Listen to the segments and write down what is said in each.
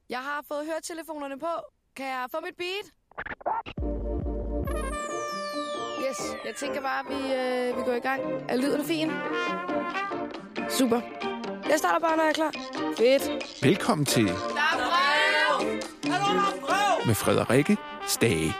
Jeg har fået høretelefonerne på. Kan jeg få mit beat? Yes, jeg tænker bare, at vi går i gang. Er lyden fin? Super. Jeg starter bare, når jeg er klar. Fedt. Velkommen til Der er brev! med Frederikke Stage.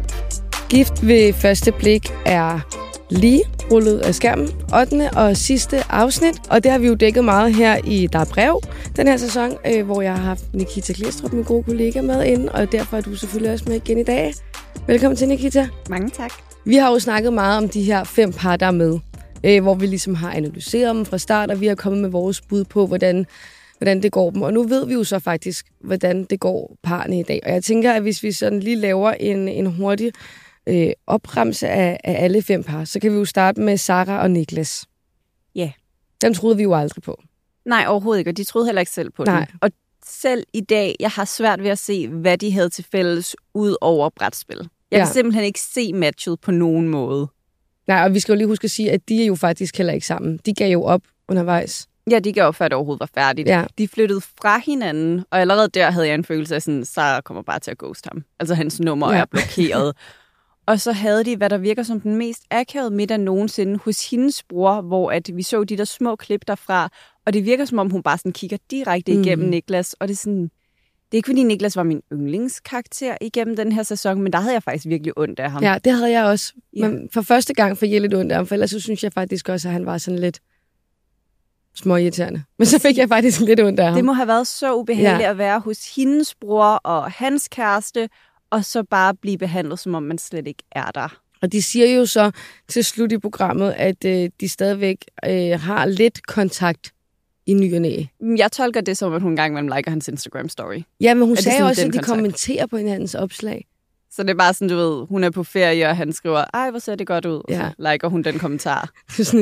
Gift ved første blik er lige rullet af skærmen. 8. og sidste afsnit. Og det har vi jo dækket meget her i Der er brev den her sæson, hvor jeg har haft Nikita Klæstrup, min gode kollega, med inde. Og derfor er du selvfølgelig også med igen i dag. Velkommen til, Nikita. Mange tak. Vi har jo snakket meget om de her 5 par, der er med. Hvor vi ligesom har analyseret dem fra start, og vi har kommet med vores bud på, hvordan det går dem. Og nu ved vi jo så faktisk, hvordan det går parne i dag. Og jeg tænker, at hvis vi sådan lige laver en hurtig opremse af alle 5 par, så kan vi jo starte med Sara og Niklas. Ja. Yeah. Den troede vi jo aldrig på. Nej, overhovedet ikke, og de troede heller ikke selv på den. Og selv i dag, jeg har svært ved at se, hvad de havde til fælles ud over brætspil. Jeg kan simpelthen ikke se matchet på nogen måde. Nej, og vi skal jo lige huske at sige, at de er jo faktisk heller ikke sammen. De gav jo op undervejs. Ja, de gav op, før det overhovedet var færdigt. Ja. De flyttede fra hinanden, og allerede der havde jeg en følelse af, sådan, Sara kommer bare til at ghost ham. Altså hans nummer er blokeret. Og så havde de, hvad der virker som den mest akavede middag nogensinde hos hendes bror, hvor at vi så de der små klip derfra, og det virker som om, hun bare sådan kigger direkte igennem Niklas, og det er sådan... Det er ikke, fordi Niklas var min yndlingskarakter igennem den her sæson, men der havde jeg faktisk virkelig ondt af ham. Ja, det havde jeg også. Ja. Men for første gang fik jeg lidt ondt af ham, for ellers så synes jeg faktisk også, at han var sådan lidt småirriterende. Men så fik jeg faktisk lidt ondt af ham. Det må have været så ubehageligt at være hos hendes bror og hans kæreste, og så bare blive behandlet, som om man slet ikke er der. Og de siger jo så til slut i programmet, at de stadigvæk har lidt kontakt i ny og næ. Jeg tolker det som, at hun engang imellem liker hans Instagram-story. Ja, men hun sagde også, at de kommenterer på hinandens opslag. Så det er bare sådan, du ved, hun er på ferie, og han skriver, ej, hvor ser det godt ud, og så liker hun den kommentar.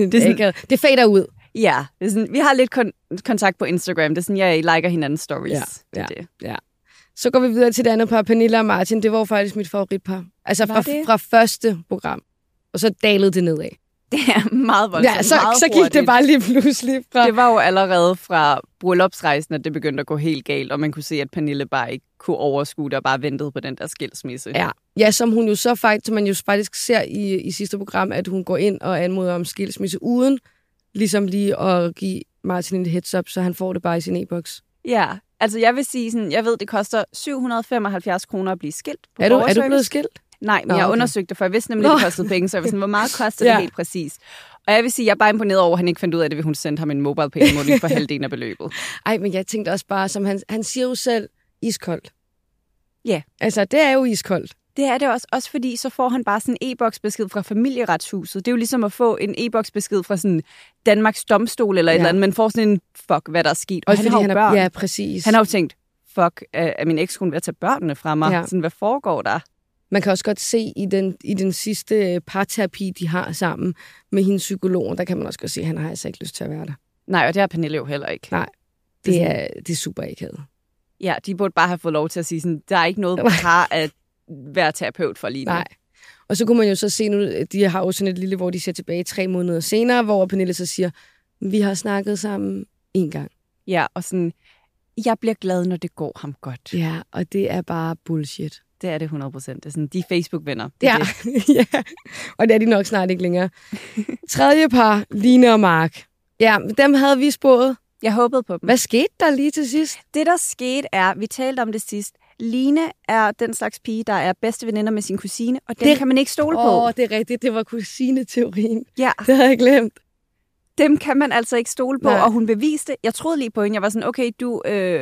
Det fader ud. Ja, det er sådan, vi har lidt kontakt på Instagram. Det er sådan, I liker hinandens stories. Ja. Så går vi videre til det andet par, Pernille og Martin. Det var faktisk mit favoritpar. Altså fra første program. Og så dalede det nedad. Det er meget voldsomt. Ja, så gik det bare lige pludselig fra... Det var jo allerede fra bryllupsrejsen, at det begyndte at gå helt galt, og man kunne se, at Pernille bare ikke kunne overskue det og bare ventede på den der skilsmisse. Ja, som hun jo så faktisk, som man jo faktisk ser i sidste program, at hun går ind og anmoder om skilsmisse uden ligesom lige at give Martin en heads up, så han får det bare i sin e-boks. Ja, altså jeg vil sige sådan, jeg ved, det koster 775 kroner at blive skilt. Er du blevet skilt? Nej, men jeg undersøgte det, for jeg vidste nemlig, det kostede penge, så jeg var sådan, hvor meget koster det helt præcis? Og jeg vil sige, jeg er bare imponeret over, at han ikke fandt ud af det, ved hun sendte ham en mobile pay for halvdelen af beløbet. Ej, men jeg tænkte også bare, som han siger jo selv, iskoldt. Ja. Altså, det er jo iskoldt. Det er det også fordi, så får han bare sådan en e-boksbesked fra Familieretshuset. Det er jo ligesom at få en e-boksbesked fra sådan Danmarks Domstol eller et eller andet, men får sådan en, fuck, hvad der er sket. Og han har jo børn. Ja, præcis. Han har jo tænkt, fuck, er min ekskone ved at tage børnene fra mig? Ja. Sådan, hvad foregår der? Man kan også godt se i den sidste parterapi, de har sammen med hendes psykolog, der kan man også godt se, at han har altså ikke lyst til at være der. Nej, og det har Pernille jo heller ikke. Nej, det er super akavet. Ja, de burde bare have fået lov til at sige sådan, der er ikke noget par at være terapeut for lige nu. Nej. Og så kunne man jo så se nu, de har jo sådan et lille, hvor de ser tilbage 3 måneder senere, hvor Pernille så siger, vi har snakket sammen 1 gang. Ja, og sådan, jeg bliver glad, når det går ham godt. Ja, og det er bare bullshit. Det er det 100%. Det er sådan, de er Facebook-venner. Ja, og det er de nok snart ikke længere. Tredje par, Line og Mark. Ja, dem havde vi spået. Jeg håbede på dem. Hvad skete der lige til sidst? Det, der skete er, vi talte om det sidst, Line er den slags pige, der er bedste veninder med sin kusine, og den kan man ikke stole på. Det er rigtigt, det var kusineteorien. Ja. Det havde jeg glemt. Dem kan man altså ikke stole på, og hun beviste, jeg troede lige på hende, jeg var sådan, okay, du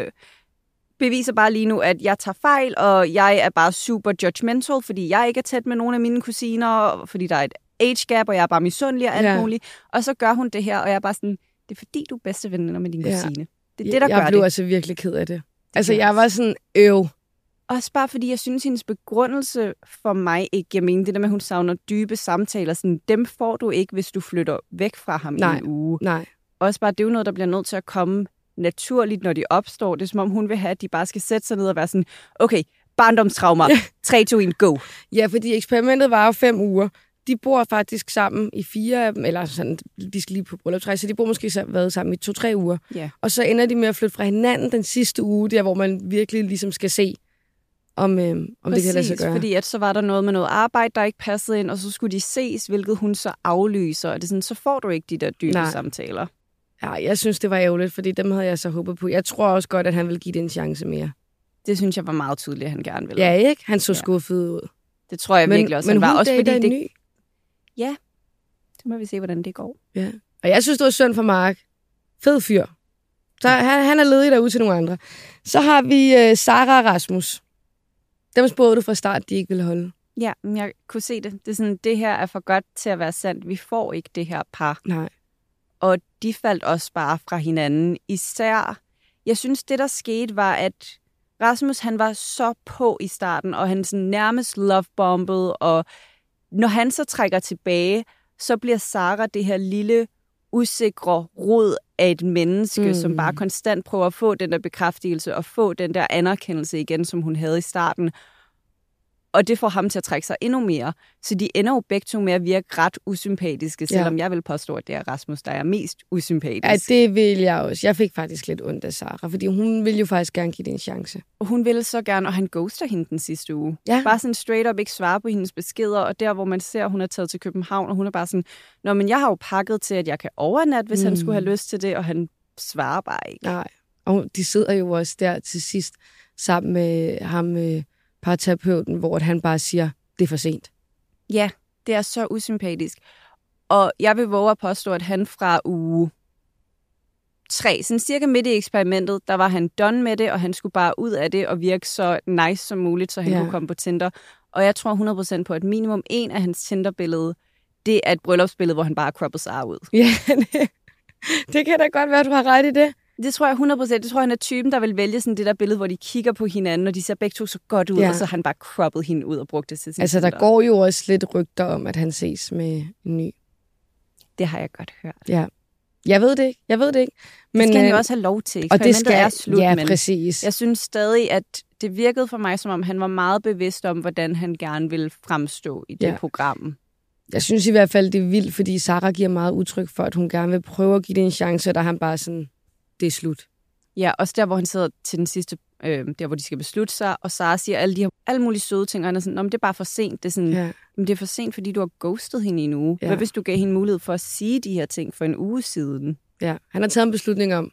beviser bare lige nu, at jeg tager fejl, og jeg er bare super judgmental, fordi jeg ikke er tæt med nogle af mine kusiner, fordi der er et age gap, og jeg er bare misundelig og alt muligt. Og så gør hun det her, og jeg er bare sådan, det er fordi, du er bedste veninder med din kusine. Det er det, der gør det. Jeg blev altså virkelig ked af det. Altså, jeg var sådan, Også bare fordi, jeg synes, hendes begrundelse for mig ikke giver mening. Det der med, at hun savner dybe samtaler. Sådan, dem får du ikke, hvis du flytter væk fra ham i en uge. Nej. Også bare, det er jo noget, der bliver nødt til at komme naturligt, når de opstår. Det er som om, hun vil have, at de bare skal sætte sig ned og være sådan, okay, barndomstraumer, 3, 2, 1, go. Ja, fordi eksperimentet var jo 5 uger. de bor faktisk sammen i 4 af dem, eller sådan, de skal lige på bryllupsrejse, så de bor måske været sammen i 2-3 uger. Yeah. Og så ender de med at flytte fra hinanden den sidste uge, der hvor man virkelig ligesom skal se, om det kan lade sig gøre. Fordi at så var der noget med noget arbejde, der ikke passede ind, og så skulle de ses, hvilket hun så aflyser. Og det er sådan, så får du ikke de der dybe samtaler. Ja, jeg synes, det var ærgerligt, fordi dem havde jeg så håbet på. Jeg tror også godt, at han ville give det en chance mere. Det synes jeg var meget tydeligt, at han gerne ville. Ja, ikke? Han så skuffet ud. Det tror jeg virkelig også, men han var. Også fordi det... ny. Ja, så må vi se, hvordan det går. Ja. Og jeg synes, det var synd for Mark. Fed fyr. Så han er ledig derude til nogle andre. Så har vi Sara og Rasmus. Dem spurgte du fra start, de ikke ville holde. Ja, men jeg kunne se det. Det er sådan, det her er for godt til at være sandt. Vi får ikke det her par. Nej. Og de faldt også bare fra hinanden. Især, jeg synes, det der skete var, at Rasmus, han var så på i starten, og han sådan nærmest lovebombet, og når han så trækker tilbage, så bliver Sara det her lille, usikre rod af et menneske, som bare konstant prøver at få den der bekræftelse, og få den der anerkendelse igen, som hun havde i starten. Og det får ham til at trække sig endnu mere. Så de ender jo begge to med at virke ret usympatiske, selvom jeg vil påstå, at det er Rasmus, der er mest usympatisk. Ja, det vil jeg også. Jeg fik faktisk lidt ondt af Sara, fordi hun ville jo faktisk gerne give det en chance. Og hun ville så gerne, og han ghoster hende den sidste uge. Ja. Bare sådan straight up ikke svare på hendes beskeder, og der, hvor man ser, at hun er taget til København, og hun er bare sådan, nå, men jeg har jo pakket til, at jeg kan overnatte, hvis han skulle have lyst til det, og han svarer bare ikke. Nej, og de sidder jo også der til sidst sammen med ham, parterapeuten, hvor han bare siger, det er for sent. Ja, det er så usympatisk. Og jeg vil våge at påstå, at han fra uge 3, sådan cirka midt i eksperimentet, der var han done med det, og han skulle bare ud af det og virke så nice som muligt, så han kunne komme på Tinder. Og jeg tror 100% på, at minimum en af hans Tinder-billede, det er et bryllupsbillede, hvor han bare croppet sig ud. Ja, det kan da godt være, at du har ret i det. Det tror jeg 100%. Det tror jeg, han er typen, der vil vælge sådan det der billede, hvor de kigger på hinanden, og de ser begge to så godt ud, og så han bare croppet hende ud og brugte det til sin Altså, der går jo også lidt rygter om, at han ses med en ny. Det har jeg godt hørt. Ja. Jeg ved det ikke. Men, det skal han jo også have lov til. Og det skal er slut, ja, men præcis. Jeg synes stadig, at det virkede for mig, som om han var meget bevidst om, hvordan han gerne ville fremstå i det program. Jeg synes i hvert fald, det er vildt, fordi Sara giver meget udtryk for, at hun gerne vil prøve at give det en chance, og der er han bare sådan, det er slut. Ja, også der, hvor han sidder til den sidste, der hvor de skal beslutte sig, og Sara siger alle mulige søde ting, og han er sådan, det er bare for sent. Det er sådan, men det er for sent, fordi du har ghostet hende i en uge. Ja. Hvad hvis du gav hende mulighed for at sige de her ting for en uge siden? Ja, han har taget en beslutning om,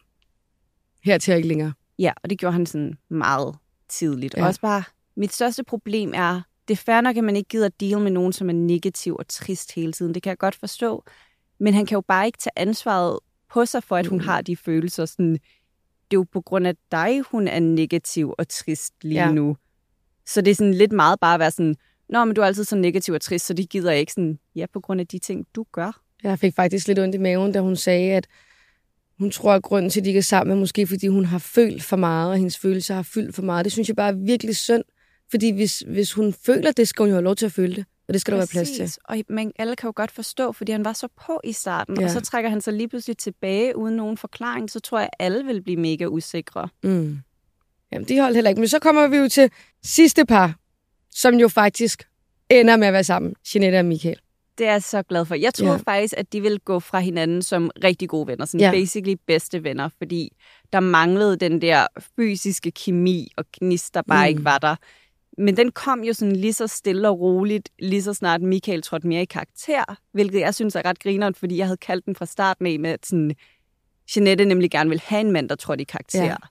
hertil ikke længere. Ja, og det gjorde han sådan meget tidligt. Og også bare, mit største problem er, det er fair nok, at man ikke gider at deal med nogen, som er negativ og trist hele tiden. Det kan jeg godt forstå. Men han kan jo bare ikke tage ansvaret på sig for, at hun har de følelser. Sådan, det er jo på grund af dig, hun er negativ og trist lige nu. Så det er sådan lidt meget bare at være sådan, nå, men du er altid så negativ og trist, så det gider jeg ikke sådan, på grund af de ting, du gør. Jeg fik faktisk lidt ondt i maven, da hun sagde, at hun tror, at grunden til, at de ikke er sammen, er måske fordi hun har følt for meget, og hendes følelser har fyldt for meget. Det synes jeg bare er virkelig synd, fordi hvis hun føler det, skal hun jo have lov til at føle det. Og det skal der være plads til. Og alle kan jo godt forstå, fordi han var så på i starten, og så trækker han sig lige pludselig tilbage uden nogen forklaring, så tror jeg, at alle vil blive mega usikre. Jamen, de holdt heller ikke. Men så kommer vi jo til sidste par, som jo faktisk ender med at være sammen, Jeanette og Michael. Det er jeg så glad for. Jeg troede faktisk, at de ville gå fra hinanden som rigtig gode venner, sådan basically bedste venner, fordi der manglede den der fysiske kemi og gnist, der bare ikke var der. Men den kom jo sådan lige så stille og roligt, lige så snart Michael trådte mere i karakter, hvilket jeg synes er ret grineren, fordi jeg havde kaldt den fra starten af med, at sådan, Jeanette nemlig gerne ville have en mand, der trådte i karakter. Ja.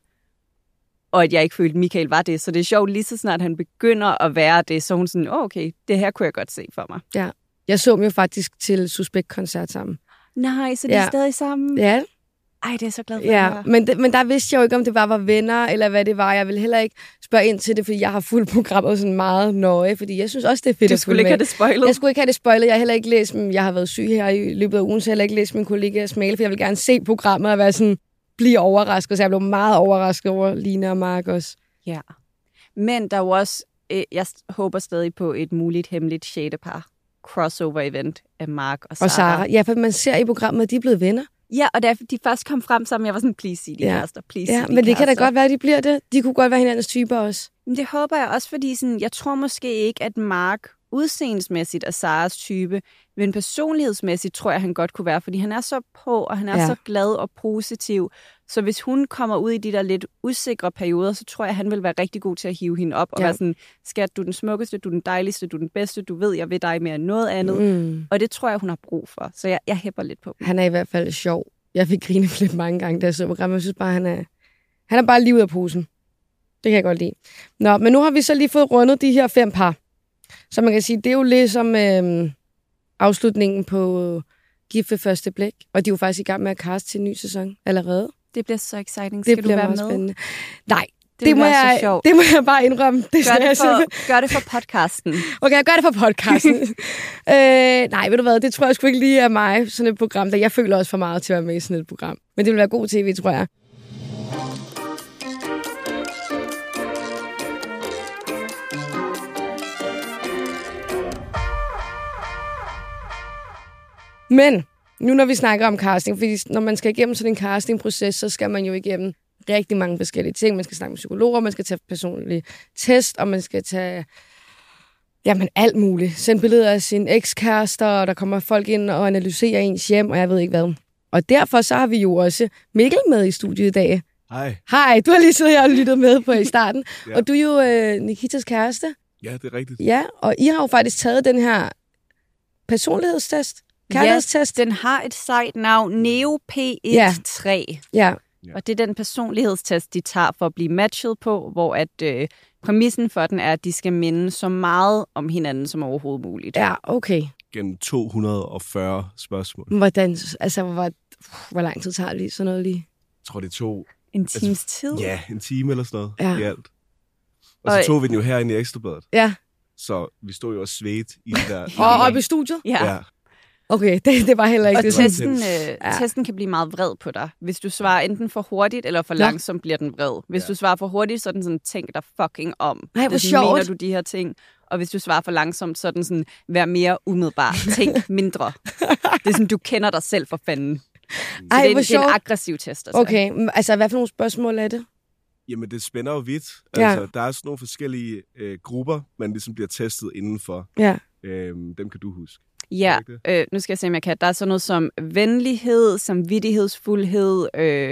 Og at jeg ikke følte, at Michael var det. Så det er sjovt, lige så snart han begynder at være det, så hun sådan, okay, det her kunne jeg godt se for mig. Ja, jeg så dem jo faktisk til Suspekt-koncert sammen. Nej, så de er stadig sammen? Ja. Ej, det er så glad for ja, men der vidste jeg jo ikke, om det bare var venner, eller hvad det var. Jeg vil heller ikke spørge ind til det, fordi jeg har fuldt programmet sådan meget nøje, fordi jeg synes også, det er fedt at skulle ikke have det spoilet? Jeg skulle ikke have det spoilet. Jeg har heller ikke læst dem. Jeg har været syg her i løbet af ugen, så jeg har heller ikke læst min kollegas mail, for jeg vil gerne se programmet og være sådan, blive overrasket. Så jeg blev meget overrasket over Line og Mark også. Ja, men der er jo også, jeg håber stadig på et muligt hemmeligt 6. par crossover-event af Mark og Sara. Ja, for man ser i programmet, at de er blevet venner. Ja, og da de først kom frem sammen, jeg var sådan, please sig de kærester, please sig de men det kan da godt være, at de bliver det. De kunne godt være hinandens typer også. Men det håber jeg også, fordi sådan, jeg tror måske ikke, at Mark udseendsmæssigt er Saras type, men personlighedsmæssigt tror jeg, han godt kunne være, fordi han er så på, og han er så glad og positiv. Så hvis hun kommer ud i de der lidt usikre perioder, så tror jeg, han vil være rigtig god til at hive hende op og være sådan, skat, du er den smukkeste, du er den dejligste, du er den bedste, du ved, jeg ved dig mere end noget andet. Og det tror jeg, hun har brug for. Så jeg hæpper lidt på. Han er i hvert fald sjov. Jeg fik grinet lidt mange gange, da jeg så programmet. Jeg synes bare, han er bare lige ud af posen. Det kan jeg godt lide. Nå, men nu har vi så lige fået rundet de her 5 par. Så man kan sige, det er jo ligesom afslutningen på Gift ved første blik. Og de er jo faktisk i gang med at kaste til en ny sæson allerede. Det bliver så exciting. Skal du være med? Spændende. Nej, det må jeg bare indrømme. Gør det for podcasten. Okay, jeg gør det for podcasten. Nej, ved du hvad, det tror jeg sgu ikke lige er mig, sådan et program. Der jeg føler også for meget til at være med i sådan et program. Men det vil være god tv, tror jeg. Men nu når vi snakker om casting, fordi når man skal igennem sådan en castingproces, så skal man jo igennem rigtig mange forskellige ting. Man skal snakke med psykologer, man skal tage personlige test, og man skal tage alt muligt. Sende billeder af sine ekskærester, og der kommer folk ind og analyserer ens hjem, og jeg ved ikke hvad. Og derfor så har vi jo også Mikkel med i studiet i dag. Hej, du har lige siddet her og lyttet med på i starten. Ja. Og du er jo Nikitas kæreste. Ja, det er rigtigt. Ja, og I har jo faktisk taget den her personlighedstest. Kærlighedstest. Ja, den har et sejt navn, Neo P13. Ja. Og det er den personlighedstest, de tager for at blive matchet på, hvor at præmissen for den er, at de skal minde så meget om hinanden som overhovedet muligt. Ja, okay. Gennem 240 spørgsmål. Hvordan, altså, hvor lang tid tager det sådan noget lige? Jeg tror, det tog... En times tid? Ja, en time eller sådan noget i alt. Og så tog vi den jo herinde i Ekstrabladet. Ja. Så vi stod jo og svedte i det der... Og oppe i studiet? Ja. Okay, det var heller ikke og det. Testen kan blive meget vred på dig. Hvis du svarer enten for hurtigt eller for langsomt, bliver den vred. Hvis du svarer for hurtigt, så er den sådan, tænk dig fucking om. Nej, hvor sjovt. Mener du de her ting? Og hvis du svarer for langsomt, så er den sådan, vær mere umiddelbar. Tænk mindre. Det er sådan, du kender dig selv for fanden. Så det er en aggressiv test. Altså. Okay, altså hvad for nogle spørgsmål er det? Jamen, det spænder jo vidt. Altså, der er sådan nogle forskellige grupper, man ligesom bliver testet indenfor. Ja. Dem kan du huske. Ja, nu skal jeg se, om jeg kan. Der er sådan noget som venlighed, samvittighedsfuldhed.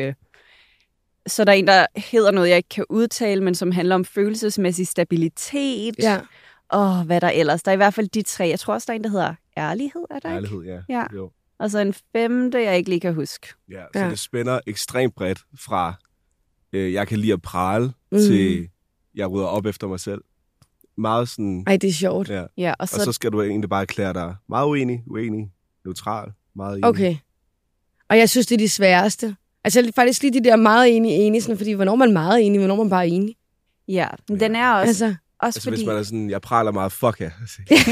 Så der er en, der hedder noget, jeg ikke kan udtale, men som handler om følelsesmæssig stabilitet. Ja. Og hvad der ellers. Der er i hvert fald de 3. Jeg tror også, der er en, der hedder ærlighed, er der ærlighed, ikke? Ja. Jo. Og så en 5., jeg ikke lige kan huske. Ja, så det spænder ekstremt bredt fra, jeg kan lide at prale, til jeg rydder op efter mig selv. Meget sådan... Ej, det er sjovt. Ja, og så skal du egentlig bare erklære dig meget uenig, neutral, meget enig. Okay. Og jeg synes, det er de sværeste. Altså faktisk lige de der meget enige, sådan, fordi hvornår er man meget enig, hvornår er man bare enig? Ja, men den er også... Altså fordi... hvis man er sådan, jeg praler meget, fuck ja.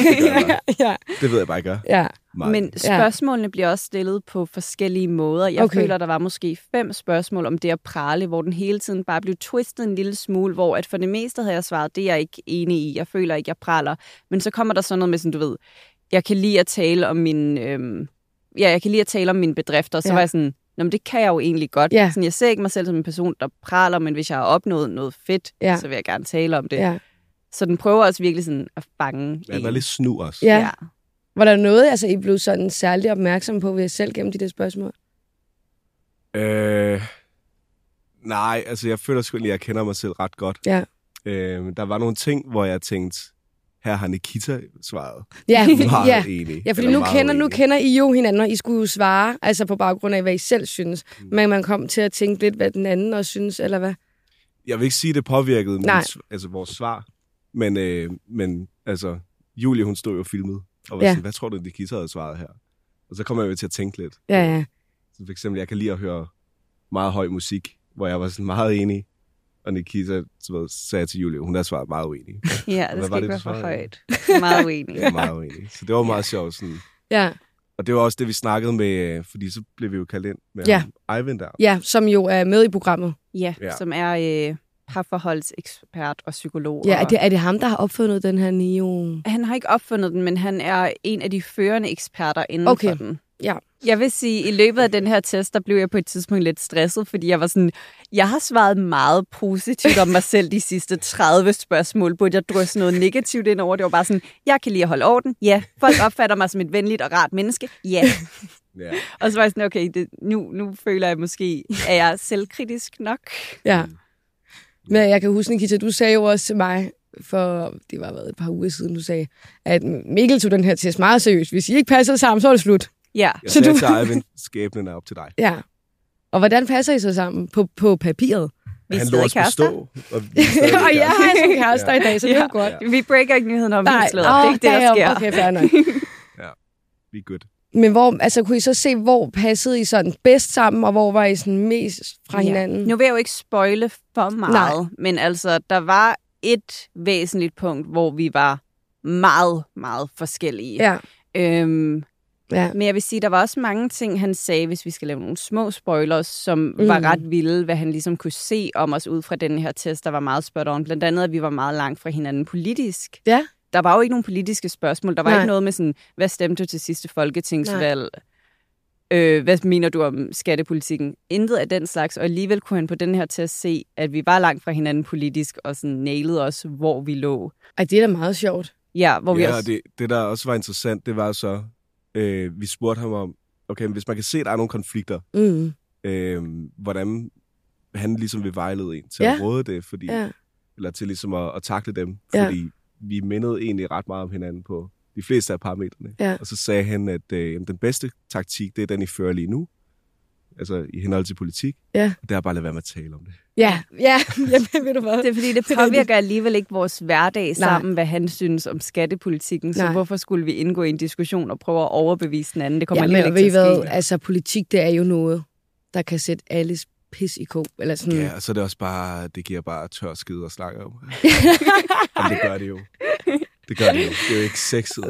Det ved jeg bare ikke gør. Ja. Men spørgsmålene bliver også stillet på forskellige måder. Jeg føler, der var måske 5 spørgsmål om det at prale, hvor den hele tiden bare blev twistet en lille smule, hvor at for det meste havde jeg svaret, det er jeg ikke enig i. Jeg føler ikke, jeg praler. Men så kommer der sådan noget med, sådan, du ved, jeg kan lide at tale om mine bedrifter. Så var jeg sådan, men det kan jeg jo egentlig godt. Ja. Sådan, jeg ser ikke mig selv som en person, der praler, men hvis jeg har opnået noget fedt, så vil jeg gerne tale om det. Ja. Så den prøver også virkelig sådan at fange. Ja, den er lidt snu også. Ja. Var der noget, altså I blev sådan særligt opmærksom på ved jer selv gennem de der spørgsmål? Nej, altså jeg føler sgu, at jeg kender mig selv ret godt. Ja. Der var nogle ting, hvor jeg tænkte, her har Nikita svaret. Ja, enig. Ja, fordi nu kender I jo hinanden, og I skulle jo svare, altså på baggrund af, hvad I selv synes. Men man kom til at tænke lidt, hvad den anden også synes, eller hvad? Jeg vil ikke sige, det påvirkede vores svar. Men altså, Julie, hun stod jo filmet, og var sådan, hvad tror du, Nikita havde svaret her? Og så kommer jeg jo til at tænke lidt. Ja. Så for eksempel, jeg kan lide at høre meget høj musik, hvor jeg var sådan meget enig, og Nikita sagde til Julie, hun har svaret meget uenig. Ja, det skal ikke være for højt. Meget uenig. Ja, meget uenig. Så det var meget sjovt. Sådan. Ja. Og det var også det, vi snakkede med, fordi så blev vi jo kaldt ind med Eivind der. Ja, som jo er med i programmet. Ja. Som er parforholdsekspert og psykolog. Ja, er det ham, der har opfundet den her Neo? Han har ikke opfundet den, men han er en af de førende eksperter inden for den. Ja. Jeg vil sige, at i løbet af den her test, der blev jeg på et tidspunkt lidt stresset, fordi jeg var sådan, jeg har svaret meget positivt om mig selv de sidste 30 spørgsmål. Burde jeg drysse noget negativt ind over? Det var bare sådan, jeg kan lide at holde orden. Ja. Folk opfatter mig som et venligt og rart menneske. Ja. Yeah. Og så var jeg sådan, okay, nu føler jeg måske, at jeg er selvkritisk nok. Ja. Men jeg kan huske, Nikita, du sagde jo også til mig, for det var et par uger siden, du sagde, at Mikkel tog den her test meget seriøst. Hvis I ikke passer sammen, så er det slut. Ja. Jeg sagde til Eivind, skæbnen er op til dig. Ja. Og hvordan passer I så sammen på papiret? Han lå os bestå. Og jeg har sådan kærester i dag, så det er godt. Ja. Vi breaker ikke nyheden om vindslæder. Det er ikke det, der sker. Okay, fair nok. Ja, vi er good. Men kunne I så se, hvor passede I sådan bedst sammen, og hvor var I sådan mest fra hinanden? Nu vil jeg jo ikke spoile for meget, men altså, der var et væsentligt punkt, hvor vi var meget, meget forskellige. Ja. Men jeg vil sige, der var også mange ting, han sagde, hvis vi skal lave nogle små spoilers, som var ret vilde, hvad han ligesom kunne se om os ud fra den her test, der var meget spot on. Blandt andet, at vi var meget langt fra hinanden politisk. Ja. Der var jo ikke nogen politiske spørgsmål. Der var ikke noget med sådan, hvad stemte du til sidste folketingsvalg? Hvad mener du om skattepolitikken? Intet af den slags, og alligevel kunne han på den her test se, at vi var langt fra hinanden politisk, og sådan nailede os, hvor vi lå. Ej, det er da meget sjovt. Ja, hvor vi også... det der også var interessant, det var så, vi spurgte ham om, okay, hvis man kan se, at der er nogle konflikter, hvordan han ligesom vil vejlede en til at råde det, fordi, eller til ligesom at takle dem, fordi vi mindede egentlig ret meget om hinanden på de fleste af parametrene. Ja. Og så sagde han, at den bedste taktik, det er den, I fører lige nu. Altså i henhold til politik. Ja. Og det er bare at lade være med at tale om det. Ja. Jamen, ved du hvad? Det er fordi, det påvirker alligevel ikke vores hverdag sammen, hvad han synes om skattepolitikken. Så hvorfor skulle vi indgå i en diskussion og prøve at overbevise den anden? Det kommer alligevel ikke til at ske. Altså politik, det er jo noget, der kan sætte alles pis i kog. Eller sådan. Ja, og så er det også bare, det giver bare tør skid at snakke om. Og det gør det jo. Det gør det jo. Det er jo ikke sexet.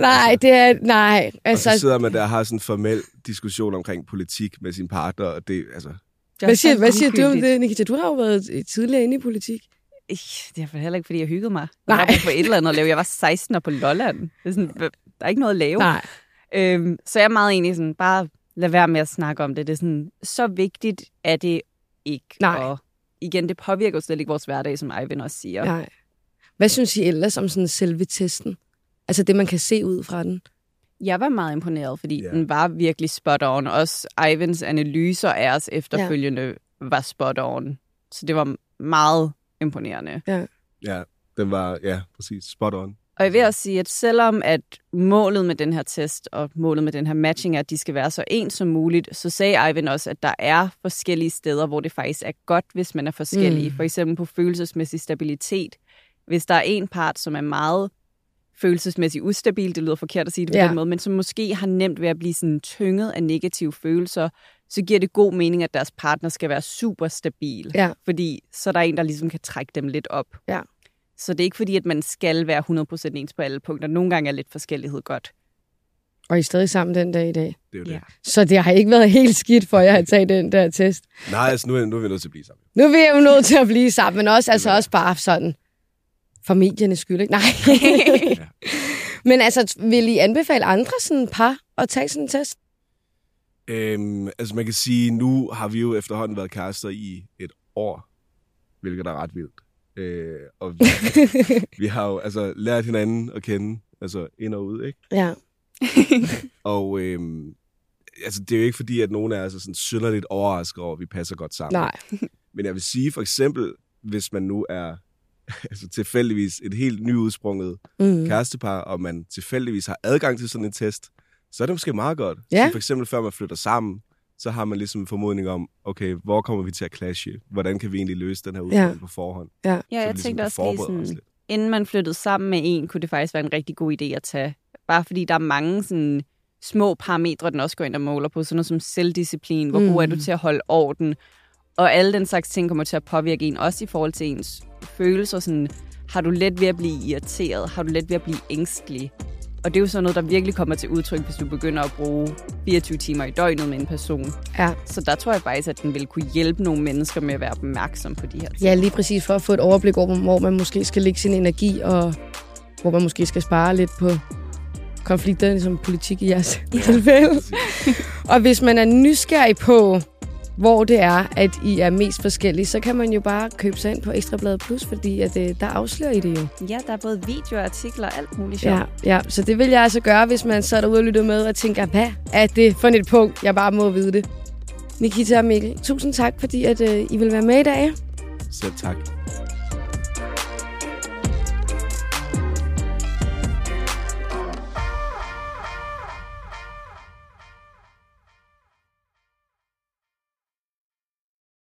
Nej. Altså, og så sidder man der og har sådan en formel diskussion omkring politik med sin partner, og det, altså... Hvad siger du om det, Nikita? Du har jo været tidligere inde i politik. Det er heller ikke, fordi jeg hyggede mig. Jeg var på et eller andet at lave. Jeg var 16 og på Lolland. Det er sådan, der er ikke noget at lave. Nej. Så jeg er meget enig sådan, bare lad være med at snakke om det. Det er sådan, så vigtigt er det ikke. Nej. Og igen, det påvirker slet ikke vores hverdag, som Eivind også siger. Nej. Hvad synes I ellers om sådan selve testen? Altså det, man kan se ud fra den. Jeg var meget imponeret, fordi den var virkelig spot on. Også Eivinds analyser af os efterfølgende var spot on. Så det var meget imponerende. Ja, den var, præcis, spot on. Og jeg vil også sige, at selvom at målet med den her test og målet med den her matching er, at de skal være så ens som muligt, så sagde Eivind også, at der er forskellige steder, hvor det faktisk er godt, hvis man er forskellige. For eksempel på følelsesmæssig stabilitet. Hvis der er en part, som er meget følelsesmæssigt ustabil, det lyder forkert at sige det på den måde, men som måske har nemt ved at blive sådan tynget af negative følelser, så giver det god mening, at deres partner skal være super stabil. Ja. Fordi så er der en, der ligesom kan trække dem lidt op. Ja. Så det er ikke fordi, at man skal være 100% ens på alle punkter. Nogle gange er lidt forskellighed godt. Og I er stadig sammen den dag i dag? Det er jo det. Ja. Så det har ikke været helt skidt for jer at tage den der test? Nej, altså nu er vi nødt til at blive sammen. Nu er vi jo nødt til at blive sammen, men også bare sådan for mediernes skyld, ikke? Nej. Men altså, vil I anbefale andre sådan par at tage sådan en test? Altså man kan sige, nu har vi jo efterhånden været kærester i et år, hvilket er ret vildt. Og vi har jo altså lært hinanden at kende, altså ind og ud, ikke? Ja. Og altså det er jo ikke fordi, at nogen er altså sådan synderligt overrasket over, at vi passer godt sammen. Nej. Men jeg vil sige for eksempel, hvis man nu er altså tilfældigvis et helt nyudsprunget kærestepar, og man tilfældigvis har adgang til sådan en test, så er det måske meget godt. Ja. Så for eksempel før man flytter sammen, så har man ligesom en formodning om, okay, hvor kommer vi til at clashe? Hvordan kan vi egentlig løse den her udfordring på forhånd? Ja, jeg ligesom tænkte også lige sådan, inden man flyttede sammen med en, kunne det faktisk være en rigtig god idé at tage. Bare fordi der er mange sådan små parametre, den også går ind og måler på, sådan noget som selvdisciplin, hvor god er du til at holde orden, og alle den slags ting kommer til at påvirke en, også i forhold til ens følelser. Sådan, har du let ved at blive irriteret? Har du let ved at blive ængstelig? Og det er jo sådan noget, der virkelig kommer til udtryk, hvis du begynder at bruge 24 timer i døgnet med en person. Ja. Så der tror jeg faktisk, at den vil kunne hjælpe nogle mennesker med at være opmærksom på de her ting. Ja, lige præcis for at få et overblik over, hvor man måske skal lægge sin energi, og hvor man måske skal spare lidt på konflikterne som politik i jeres tilfælde. Og hvis man er nysgerrig på, hvor det er, at I er mest forskellige, så kan man jo bare købe sig ind på Ekstrabladet Plus, fordi at, der afslører I det jo. Ja, der er både videoer, artikler og alt muligt sjovt. Ja, så det vil jeg altså gøre, hvis man så er derude og lytter med og tænker, hvad er det for et punkt, jeg bare må vide det. Nikita og Mikkel, tusind tak, fordi at, I vil være med i dag. Selv tak.